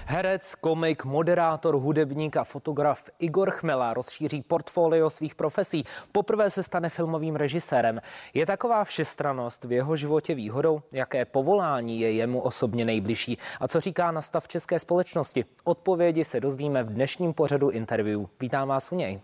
Herec, komik, moderátor, hudebník a fotograf Igor Chmela rozšíří portfolio svých profesí. Poprvé se stane filmovým režisérem. Je taková všestrannost v jeho životě výhodou? Jaké povolání je jemu osobně nejbližší? A co říká na stav české společnosti? Odpovědi se dozvíme v dnešním pořadu interview. Vítám vás u něj.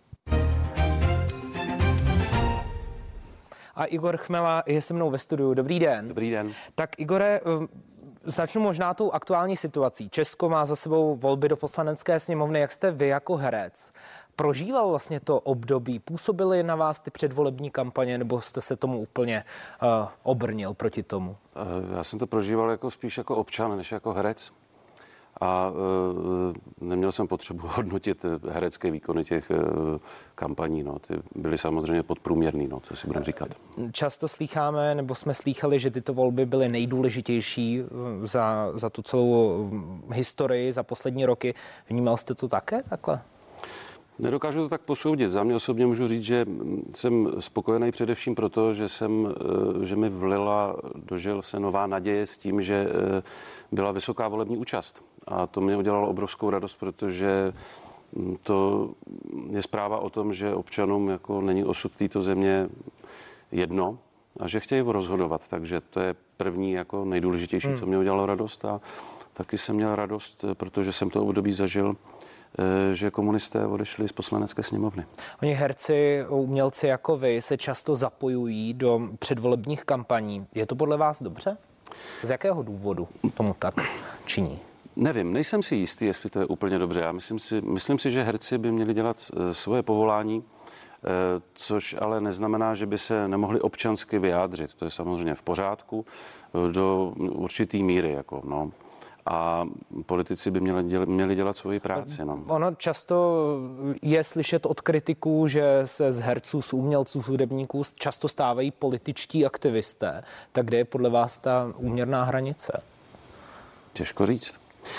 A Igor Chmela je se mnou ve studiu. Dobrý den. Dobrý den. Tak Igore, začnu možná tou aktuální situací. Česko má za sebou volby do Poslanecké sněmovny. Jak jste vy jako herec prožíval vlastně to období? Působily na vás ty předvolební kampaně, nebo jste se tomu úplně obrnil proti tomu? Já jsem to prožíval spíš jako občan, než jako herec. A neměl jsem potřebu hodnotit herecké výkony těch kampaní. No. Ty byly samozřejmě podprůměrný, co si budeme říkat. Často slýcháme, nebo jsme slýchali, že tyto volby byly nejdůležitější za tu celou historii, za poslední roky. Vnímal jste to také takhle? Nedokážu to tak posoudit. Za mě osobně můžu říct, že jsem spokojený především proto, že mi dožil se nová naděje s tím, že byla vysoká volební účast. A to mě udělalo obrovskou radost, protože to je zpráva o tom, že občanům není osud této země jedno a že chtějí rozhodovat. Takže to je první nejdůležitější, co mě udělalo radost. A taky jsem měl radost, protože jsem to období zažil, že komunisté odešli z Poslanecké sněmovny. Oni herci, umělci jako vy se často zapojují do předvolebních kampaní. Je to podle vás dobře? Z jakého důvodu tomu tak činí? Nevím, nejsem si jistý, jestli to je úplně dobře. Já myslím si, že herci by měli dělat svoje povolání, což ale neznamená, že by se nemohli občansky vyjádřit. To je samozřejmě v pořádku do určitý míry. A politici by měli dělat svoji práci. No. Ono často je slyšet od kritiků, že se z herců, z umělců, z hudebníků často stávají političtí aktivisté. Tak kde je podle vás ta úměrná hranice? Těžko říct.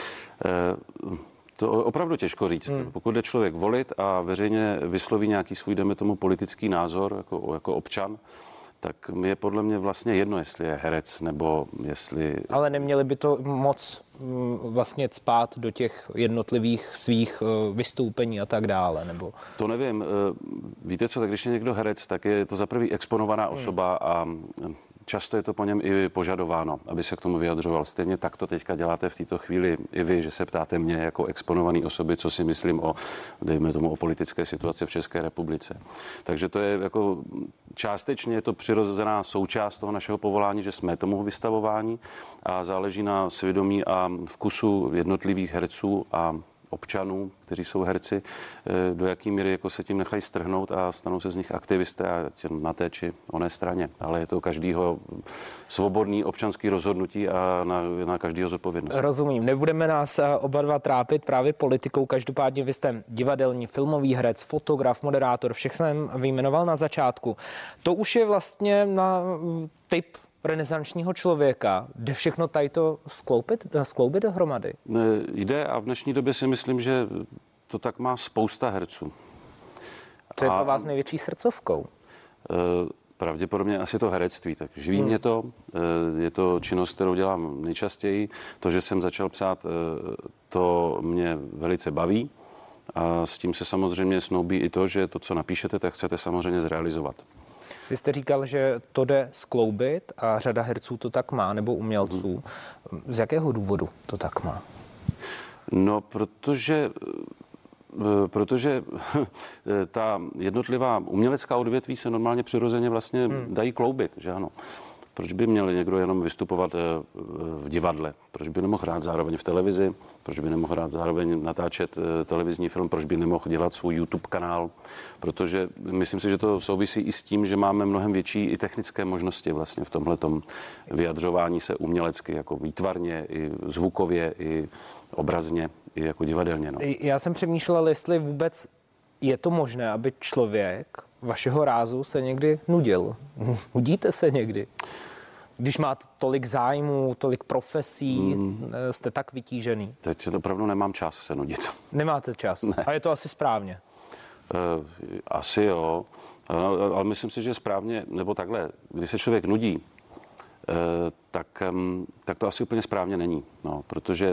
To opravdu těžko říct. Pokud jde člověk volit a veřejně vysloví nějaký svůj, dejme tomu, politický názor jako občan, tak je podle mě vlastně jedno, jestli je herec, nebo jestli... Ale neměli by to moc vlastně cpát do těch jednotlivých svých vystoupení a tak dále, nebo... To nevím. Víte co, tak když je někdo herec, tak je to za prvý exponovaná osoba a často je to po něm i požadováno, aby se k tomu vyjadřoval. Stejně tak to teďka děláte v této chvíli i vy, že se ptáte mě jako exponovaný osoby, co si myslím dejme tomu, o politické situaci v České republice. Takže to je částečně je to přirozená součást toho našeho povolání, že jsme tomu vystavováni a záleží na svědomí a vkusu jednotlivých herců a občanů, kteří jsou herci, do jaký míry se tím nechají strhnout a stanou se z nich aktivisté na té či oné straně. Ale je to každýho svobodný občanský rozhodnutí a na každýho zodpovědnost. Rozumím. Nebudeme nás oba dva trápit právě politikou. Každopádně vy jste divadelní, filmový herec, fotograf, moderátor, všech jsem vyjmenoval na začátku. To už je vlastně na typ renesančního člověka. Jde všechno tady to skloubit dohromady? Jde a v dnešní době si myslím, že to tak má spousta herců. Co je pro vás největší srdcovkou? Pravděpodobně asi to herectví. Tak živí mě to. Je to činnost, kterou dělám nejčastěji. To, že jsem začal psát, to mě velice baví. A s tím se samozřejmě snoubí i to, že to, co napíšete, tak chcete samozřejmě zrealizovat. Vy jste říkal, že to jde skloubit a řada herců to tak má, nebo umělců. Z jakého důvodu to tak má? No, protože ta jednotlivá umělecká odvětví se normálně přirozeně vlastně dají kloubit, že ano. Proč by měl někdo jenom vystupovat v divadle? Proč by nemohl hrát zároveň v televizi? Proč by nemohl hrát zároveň natáčet televizní film? Proč by nemohl dělat svůj YouTube kanál? Protože myslím si, že to souvisí i s tím, že máme mnohem větší i technické možnosti vlastně v tomhletom vyjadřování se umělecky, jako výtvarně, i zvukově, i obrazně, i jako divadelně. No. Já jsem přemýšlel, jestli vůbec je to možné, aby člověk vašeho rázu se někdy nudil. Nudíte se někdy? Když máte tolik zájmů, tolik profesí, jste tak vytížený. Teď opravdu nemám čas se nudit. Nemáte čas? Ne. A je to asi správně? Asi jo, ale myslím si, že správně, nebo takhle, když se člověk nudí, tak to asi úplně správně není. No, protože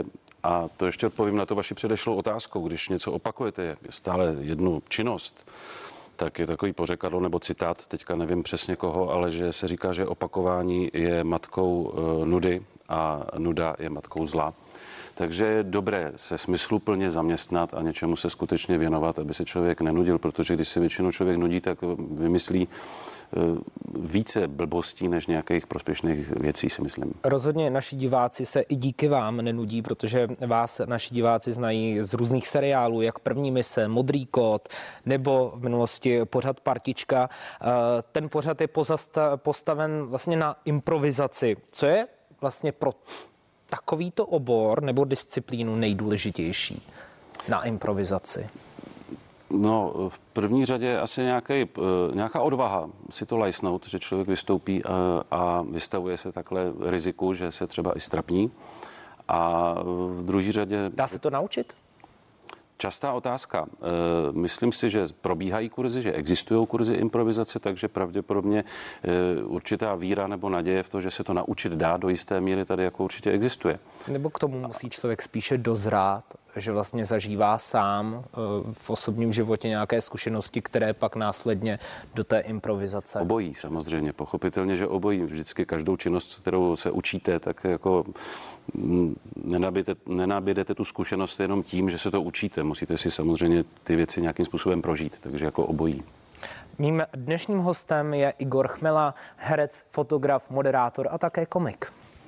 A to ještě odpovím na to vaši předešlou otázku. Když něco opakujete, stále jednu činnost, tak je takový pořekadlo nebo citát, teďka nevím přesně koho, ale že se říká, že opakování je matkou nudy a nuda je matkou zla. Takže je dobré se smysluplně zaměstnat a něčemu se skutečně věnovat, aby se člověk nenudil, protože když se většinou člověk nudí, tak vymyslí více blbostí než nějakých prospěšných věcí, si myslím. Rozhodně naši diváci se i díky vám nenudí, protože vás naši diváci znají z různých seriálů, jak První mise, Modrý kód, nebo v minulosti pořad Partička. Ten pořad je postaven vlastně na improvizaci. Co je vlastně pro takovýto obor nebo disciplínu nejdůležitější na improvizaci? No, v první řadě asi nějaká odvaha si to lajsnout, že člověk vystoupí a vystavuje se takhle riziku, že se třeba i strapní. A v druhé řadě... Dá se to naučit? Častá otázka. Myslím si, že probíhají kurzy, že existují kurzy improvizace, takže pravděpodobně určitá víra nebo naděje v to, že se to naučit dá do jisté míry, tady jako určitě existuje. Nebo k tomu musí člověk spíše dozrát, že vlastně zažívá sám v osobním životě nějaké zkušenosti, které pak následně do té improvizace. Obojí samozřejmě, pochopitelně, že obojí. Vždycky každou činnost, kterou se učíte, tak jako nenabídete tu zkušenost jenom tím, že se to učíte. Musíte si samozřejmě ty věci nějakým způsobem prožít, takže jako obojí. Mým dnešním hostem je Igor Chmela, herec, fotograf, moderátor a také komik.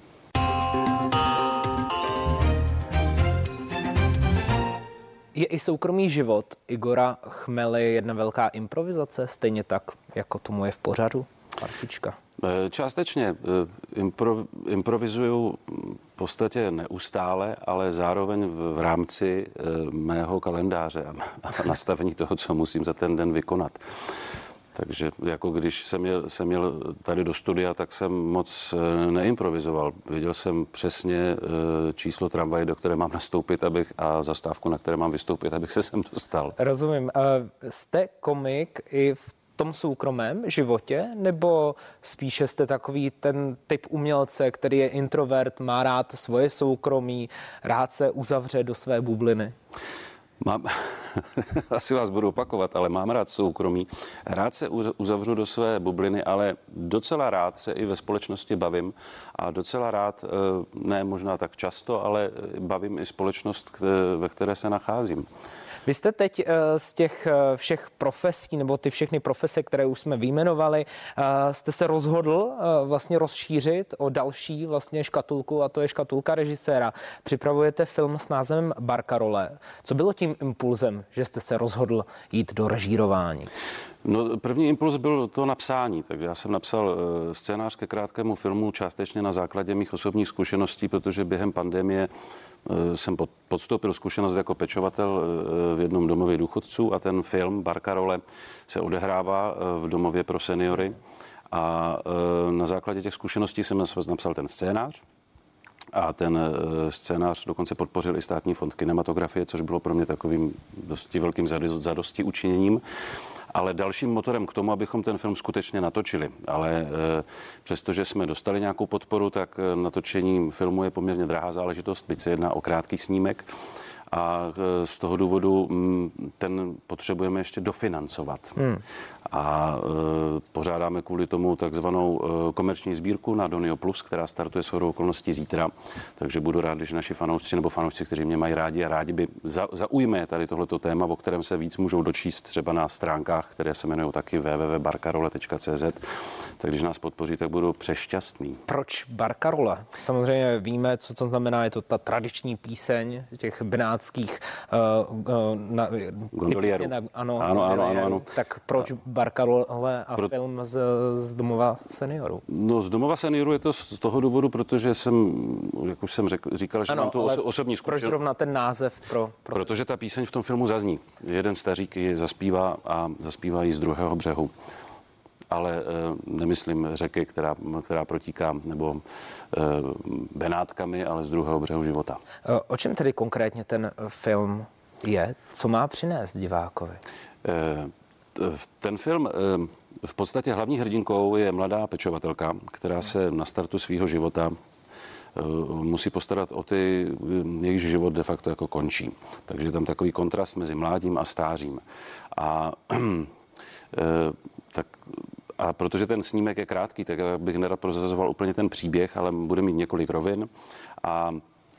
Je i soukromý život Igora Chmely jedna velká improvizace, stejně tak, jako tomu je v pořadu Partička? Částečně improvizuju v podstatě neustále, ale zároveň v rámci mého kalendáře a nastavení toho, co musím za ten den vykonat. Takže jako když jsem měl tady do studia, tak jsem moc neimprovizoval. Věděl jsem přesně číslo tramvaje, do které mám nastoupit a zastávku, na které mám vystoupit, abych se sem dostal. Rozumím. Jste komik i v tom soukromém životě, nebo spíše jste takový ten typ umělce, který je introvert, má rád svoje soukromí, rád se uzavře do své bubliny? Asi vás budu opakovat, ale mám rád soukromí. Rád se uzavřu do své bubliny, ale docela rád se i ve společnosti bavím a docela rád, ne možná tak často, ale bavím i společnost, ve které se nacházím. Vy jste teď z těch všech profesí, nebo ty všechny profese, které už jsme vyjmenovali, jste se rozhodl vlastně rozšířit o další vlastně škatulku, a to je škatulka režiséra. Připravujete film s názvem Barkarole. Co bylo tím impulzem, že jste se rozhodl jít do režírování? No, první impuls byl to napsání, takže já jsem napsal scénář ke krátkému filmu částečně na základě mých osobních zkušeností, protože během pandemie jsem podstoupil zkušenost jako pečovatel v jednom domově důchodců a ten film Barkarole se odehrává v domově pro seniory a na základě těch zkušeností jsem napsal ten scénář. A ten scénář dokonce podpořil i Státní fond kinematografie, což bylo pro mě takovým dosti velkým zadosti učiněním. Ale dalším motorem k tomu, abychom ten film skutečně natočili. Ale přestože jsme dostali nějakou podporu, tak natočení filmu je poměrně drahá záležitost, byť se jedná o krátký snímek. A z toho důvodu ten potřebujeme ještě dofinancovat. A pořádáme kvůli tomu takzvanou komerční sbírku na Donio Plus, která startuje shodou okolností zítra. Takže budu rád, když naši fanoušci nebo fanoušci, kteří mě mají rádi a rádi by zaujme tady tohleto téma, o kterém se víc můžou dočíst třeba na stránkách, které se jmenují taky www.barkarole.cz. Tak když nás podpoří, tak budu přešťastný. Proč Barkarole? Samozřejmě víme, co to znamená, je to ta tradiční píseň těch benátských gondolierů. Ano. Tak proč Barkarole a film z domova seniorů? No, z domova seniorů je to z toho důvodu, protože jsem, jak už jsem říkal, že mám tu osobní zkušenost. Proč zrovna ten název Protože ta píseň v tom filmu zazní. Jeden stařík ji zaspívá a zaspívá ji z druhého břehu. Ale nemyslím řeky, která protíká, nebo Benátkami, ale z druhého břehu života. O čem tedy konkrétně ten film je? Co má přinést divákovi? Ten film, v podstatě hlavní hrdinkou je mladá pečovatelka, která se na startu svého života musí postarat o ty, jejich život de facto jako končí. Takže je tam takový kontrast mezi mládím a stářím. A protože ten snímek je krátký, tak bych nerad prozrazoval úplně ten příběh, ale bude mít několik rovin. A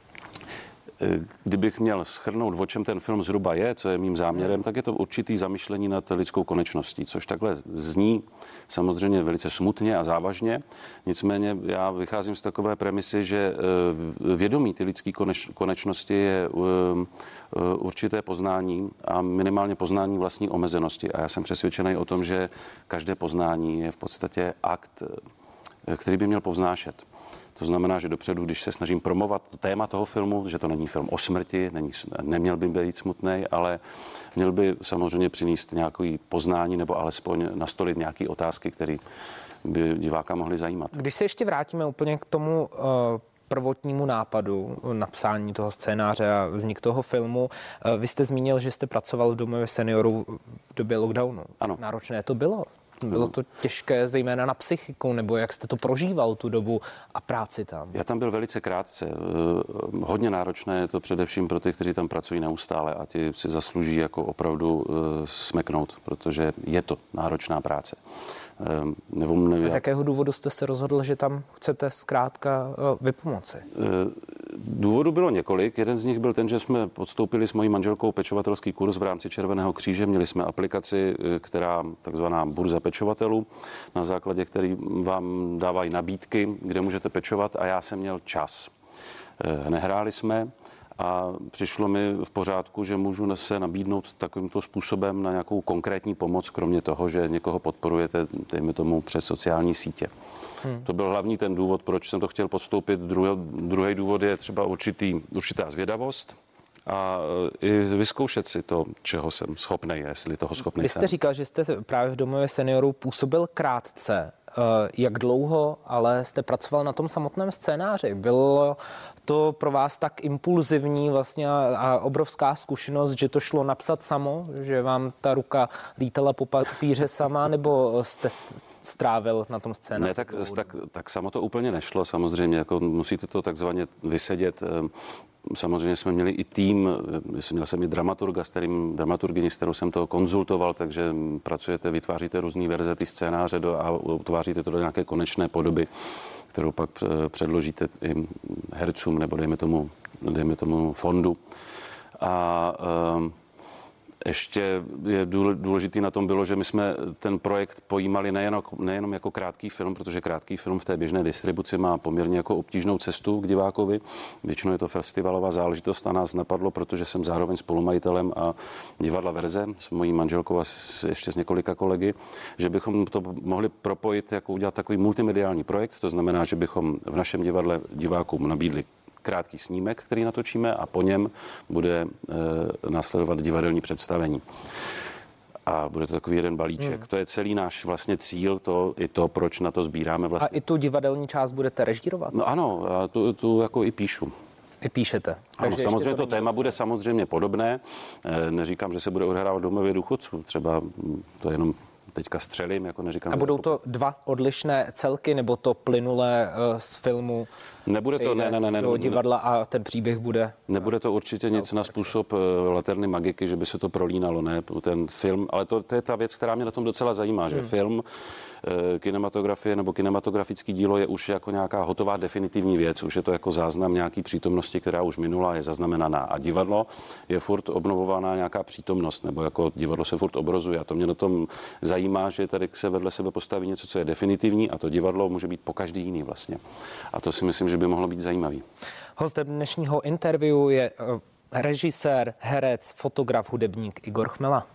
kdybych měl shrnout, o čem ten film zhruba je, co je mým záměrem, tak je to určitý zamyšlení nad lidskou konečností, což takhle zní samozřejmě velice smutně a závažně. Nicméně já vycházím z takové premisy, že vědomí ty lidské konečnosti je určité poznání a minimálně poznání vlastní omezenosti. A já jsem přesvědčený o tom, že každé poznání je v podstatě akt, který by měl povznášet. To znamená, že dopředu, když se snažím promovat téma toho filmu, že to není film o smrti, neměl by být smutný, ale měl by samozřejmě přinést nějaké poznání nebo alespoň nastolit nějaké otázky, které by diváka mohly zajímat. Když se ještě vrátíme úplně k tomu prvotnímu nápadu napsání toho scénáře a vznik toho filmu, vy jste zmínil, že jste pracoval v domově seniorů v době lockdownu. Ano. Náročné to bylo? Bylo to těžké, zejména na psychiku, nebo jak jste to prožíval tu dobu a práci tam? Já tam byl velice krátce. Hodně náročné je to především pro ty, kteří tam pracují neustále a ti si zaslouží jako opravdu smeknout, protože je to náročná práce. Z jakého důvodu jste se rozhodl, že tam chcete zkrátka vypomoci? Důvodů bylo několik. Jeden z nich byl ten, že jsme podstoupili s mojí manželkou pečovatelský kurz v rámci Červeného kříže. Měli jsme aplikaci, která takzvaná burza pečovatelů, na základě který vám dávají nabídky, kde můžete pečovat a já jsem měl čas. Nehráli jsme a přišlo mi v pořádku, že můžu se nabídnout takovýmto způsobem na nějakou konkrétní pomoc, kromě toho, že někoho podporujete, dejme tomu, přes sociální sítě. To byl hlavní ten důvod, proč jsem to chtěl podstoupit. Druhý důvod je třeba určitá zvědavost a i vyzkoušet si to, čeho jsem schopnej, jestli toho schopnej jsem. Vy jste říkal, že jste právě v domově seniorů působil krátce. Jak dlouho ale jste pracoval na tom samotném scénáři? Bylo to pro vás tak impulzivní vlastně a obrovská zkušenost, že to šlo napsat samo, že vám ta ruka lítala po papíře sama, nebo jste strávil na tom scénáři? Ne, tak samo to úplně nešlo, samozřejmě, jako musíte to takzvaně vysedět. Samozřejmě jsme měli i tým, měl jsem i dramaturgyni, s kterou jsem to konzultoval, takže pracujete, vytváříte různý verze ty scénáře a utváříte to do nějaké konečné podoby, kterou pak předložíte i hercům nebo dejme tomu fondu. A ještě je důležitý na tom bylo, že my jsme ten projekt pojímali nejenom jako krátký film, protože krátký film v té běžné distribuci má poměrně jako obtížnou cestu k divákovi. Většinou je to festivalová záležitost a nás napadlo, protože jsem zároveň spolumajitelem a divadla Verze s mojí manželkou a ještě s několika kolegy, že bychom to mohli propojit, jako udělat takový multimediální projekt. To znamená, že bychom v našem divadle divákům nabídli krátký snímek, který natočíme a po něm bude následovat divadelní představení. A bude to takový jeden balíček. To je celý náš vlastně cíl, proč na to sbíráme vlastně. A i tu divadelní část budete režírovat? No ano, já tu jako i píšu. I píšete. Ano, samozřejmě to téma bude samozřejmě podobné. Neříkám, že se bude odhrávat v domově důchodců. Třeba to jenom teďka střelím, jako neříkám. A budou to dva odlišné celky, nebo to plynulé z filmu? Nebude to, ne. Do divadla a ten příběh bude? Nebude to určitě nic na způsob Laterny magiky, že by se to prolínalo, ne, ten film, ale to je ta věc, která mě na tom docela zajímá, že film, kinematografie nebo kinematografický dílo je už jako nějaká hotová definitivní věc, už je to jako záznam nějaký přítomnosti, která už minula, je zaznamenaná a divadlo je furt obnovovaná nějaká přítomnost, nebo jako divadlo se furt obrozuje a to mě na tom zajímá, že tady se vedle sebe postaví něco, co je definitivní a to divadlo může být po každý jiný vlastně. A to si myslím, že by mohlo být zajímavý. Hostem dnešního interview je režisér, herec, fotograf, hudebník Igor Chmela.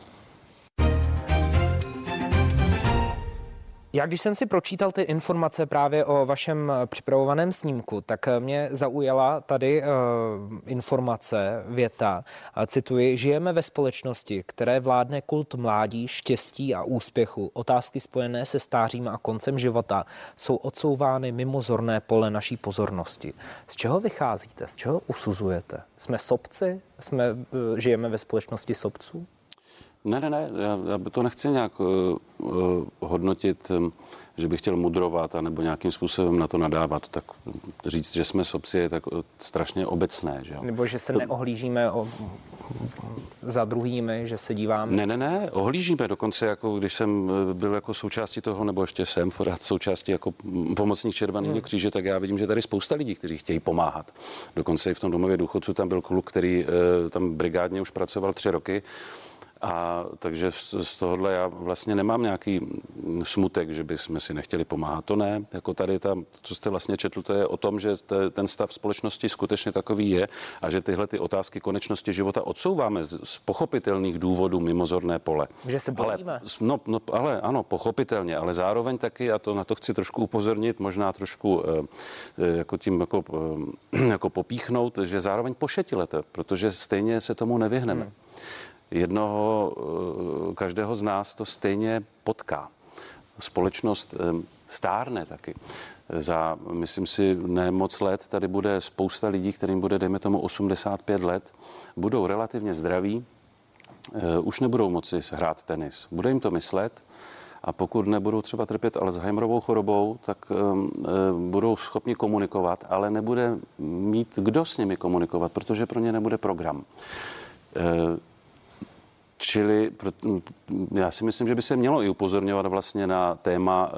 Já když jsem si pročítal ty informace právě o vašem připravovaném snímku, tak mě zaujala tady informace, věta, cituji, žijeme ve společnosti, které vládne kult mládí, štěstí a úspěchu. Otázky spojené se stářím a koncem života jsou odsouvány mimo zorné pole naší pozornosti. Z čeho vycházíte? Z čeho usuzujete? Jsme sobci? Žijeme ve společnosti sobců? Ne, já to nechci nějak hodnotit, že bych chtěl mudrovat a nebo nějakým způsobem na to nadávat. Tak říct, že jsme sobci, je tak strašně obecné. Že jo? Nebo že se neohlížíme za druhými, že se díváme. Ne, ohlížíme. Dokonce, jako když jsem byl jako součástí toho, nebo ještě jsem pořád součástí jako pomocník Červeného kříže, tak já vidím, že tady spousta lidí, kteří chtějí pomáhat. Dokonce i v tom domově důchodců tam byl kluk, který tam brigádně už pracoval 3 roky. A takže z tohohle já vlastně nemám nějaký smutek, že bychom si nechtěli pomáhat. To ne, jako tady co jste vlastně četl, to je o tom, že ten stav společnosti skutečně takový je a že tyhle ty otázky konečnosti života odsouváme z pochopitelných důvodů mimozorné pole. Že se bojíme. Ale ano, pochopitelně, ale zároveň taky, a to na to chci trošku upozornit, možná trošku jako tím jako popíchnout, že zároveň pošetilete, protože stejně se tomu nevyhneme. Každého z nás to stejně potká. Společnost stárne taky. Myslím si, ne moc let, tady bude spousta lidí, kterým bude, dejme tomu, 85 let, budou relativně zdraví, už nebudou moci hrát tenis. Bude jim to myslet a pokud nebudou třeba trpět Alzheimerovou chorobou, tak budou schopni komunikovat, ale nebude mít kdo s nimi komunikovat, protože pro ně nebude program. Čili já si myslím, že by se mělo i upozorňovat vlastně na téma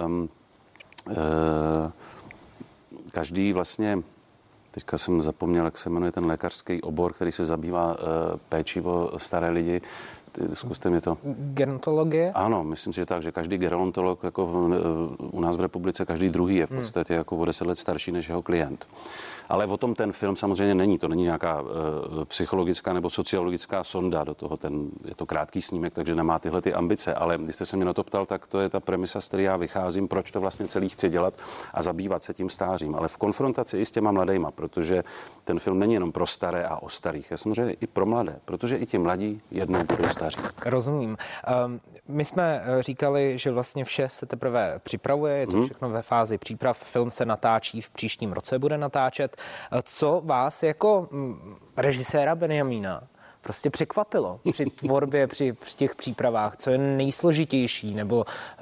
každý vlastně, teďka jsem zapomněl, jak se jmenuje ten lékařský obor, který se zabývá péčí o staré lidi. Zkuste mi to. Gerontologie? Ano, myslím si, že tak, že každý gerontolog jako u nás v republice, každý druhý je v podstatě jako o 10 let starší než jeho klient. Ale o tom ten film samozřejmě není. To není nějaká psychologická nebo sociologická sonda do toho. Je to krátký snímek, takže nemá tyhle ty ambice. Ale když jste se mě na to ptal, tak to je ta premisa, z které já vycházím, proč to vlastně celý chci dělat a zabývat se tím stářím. Ale v konfrontaci i s těma mladejma, protože ten film není jenom pro staré a o starých. Je samozřejmě i pro mladé, protože i ti mladí jednou budou staří. Rozumím. My jsme říkali, že vlastně vše se teprve připravuje, je to všechno ve fázi příprav. Film se natáčí v příštím roce, bude natáčet. Co vás jako režiséra Benjamína prostě překvapilo při tvorbě, při těch přípravách? Co je nejsložitější, nebo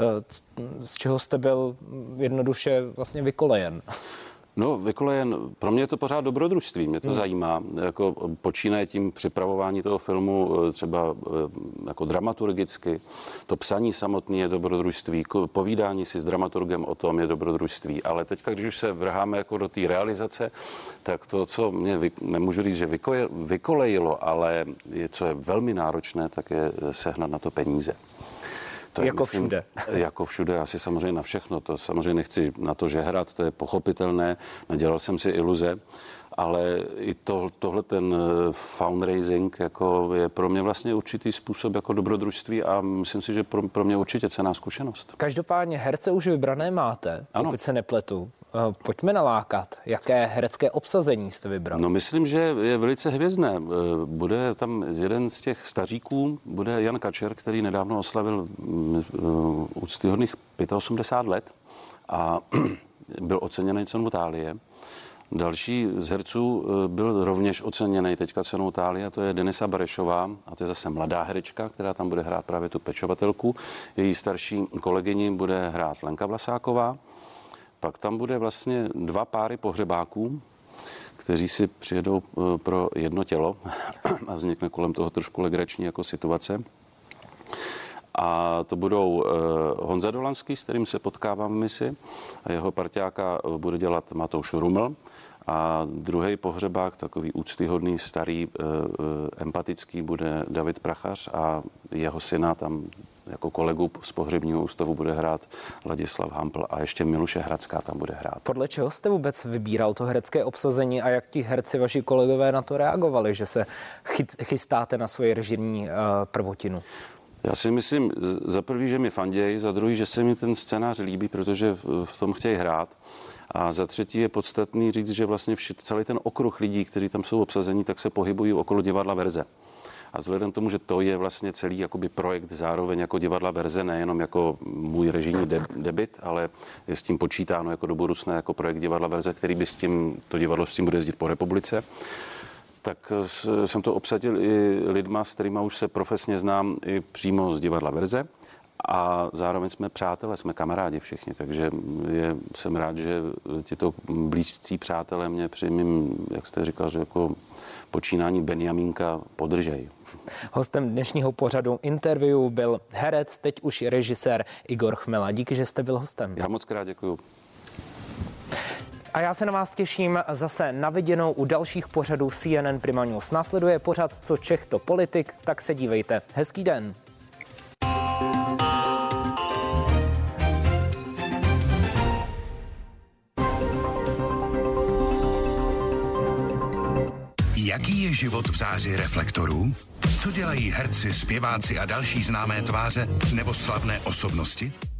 z čeho jste byl jednoduše vlastně vykolejen? No, vykolejen, pro mě je to pořád dobrodružství, mě to zajímá, jako počínaje tím připravování toho filmu třeba jako dramaturgicky, to psaní samotné je dobrodružství, povídání si s dramaturgem o tom je dobrodružství, ale teďka, když už se vrháme jako do té realizace, tak to, co mě, nemůžu říct, že vykolejilo, ale co je velmi náročné, tak je sehnat na to peníze. To je, jako všude. Jako všude, asi samozřejmě na všechno. To samozřejmě nechci na to žehrat, to je pochopitelné. Nadělal jsem si iluze, ale i tohle ten fundraising jako je pro mě vlastně určitý způsob jako dobrodružství a myslím si, že pro mě určitě cenná zkušenost. Každopádně herce už vybrané máte, pokud se nepletu. Pojďme nalákat. Jaké herecké obsazení jste vybral? No myslím, že je velice hvězdné. Bude tam jeden z těch staříků, bude Jan Kačer, který nedávno oslavil úctyhodných 85 let a byl oceněný cenou Thálie. Další z herců byl rovněž oceněný teďka cenou Thálie, a to je Denisa Barešová, a to je zase mladá herečka, která tam bude hrát právě tu pečovatelku. Její starší kolegyni bude hrát Lenka Vlasáková. Pak tam bude vlastně 2 páry pohřebáků, kteří si přijedou pro jedno tělo a vznikne kolem toho trošku legrační jako situace. A to budou Honza Dolanský, s kterým se potkávám v misi, a jeho parťáka bude dělat Matouš Ruml. A druhý pohřebák, takový úctyhodný, starý, empatický, bude David Prachař a jeho syna tam jako kolegu z pohřebního ústavu bude hrát Ladislav Hampl a ještě Miluše Hradská tam bude hrát. Podle čeho jste vůbec vybíral to herecké obsazení a jak ti herci, vaši kolegové, na to reagovali, že se chystáte na svoji režijní prvotinu? Já si myslím, za prvý, že mi fandějí, za druhý, že se mi ten scénář líbí, protože v tom chtějí hrát. A za třetí je podstatný říct, že vlastně celý ten okruh lidí, kteří tam jsou obsazení, tak se pohybují okolo divadla Verze. A vzhledem k tomu, že to je vlastně celý jakoby projekt zároveň jako divadla Verze, nejenom jako můj režijní debut, ale je s tím počítáno jako do budoucna jako projekt divadla Verze, který by to divadlo s tím bude jezdit po republice, Tak jsem to obsadil i lidma, s kterýma už se profesně znám i přímo z divadla Verze. A zároveň jsme přátelé, jsme kamarádi všichni, takže jsem rád, že tito blízcí přátelé mě při mým, jak jste říkal, že jako počínání Benjamínka podržej. Hostem dnešního pořadu interview byl herec, teď už režisér Igor Chmela. Díky, že jste byl hostem. Já moc krát děkuju. A já se na vás těším zase na viděnou u dalších pořadů CNN Prima News. Následuje pořad Co Čech, to politik, tak se dívejte. Hezký den. Jaký je život v záři reflektorů? Co dělají herci, zpěváci a další známé tváře nebo slavné osobnosti?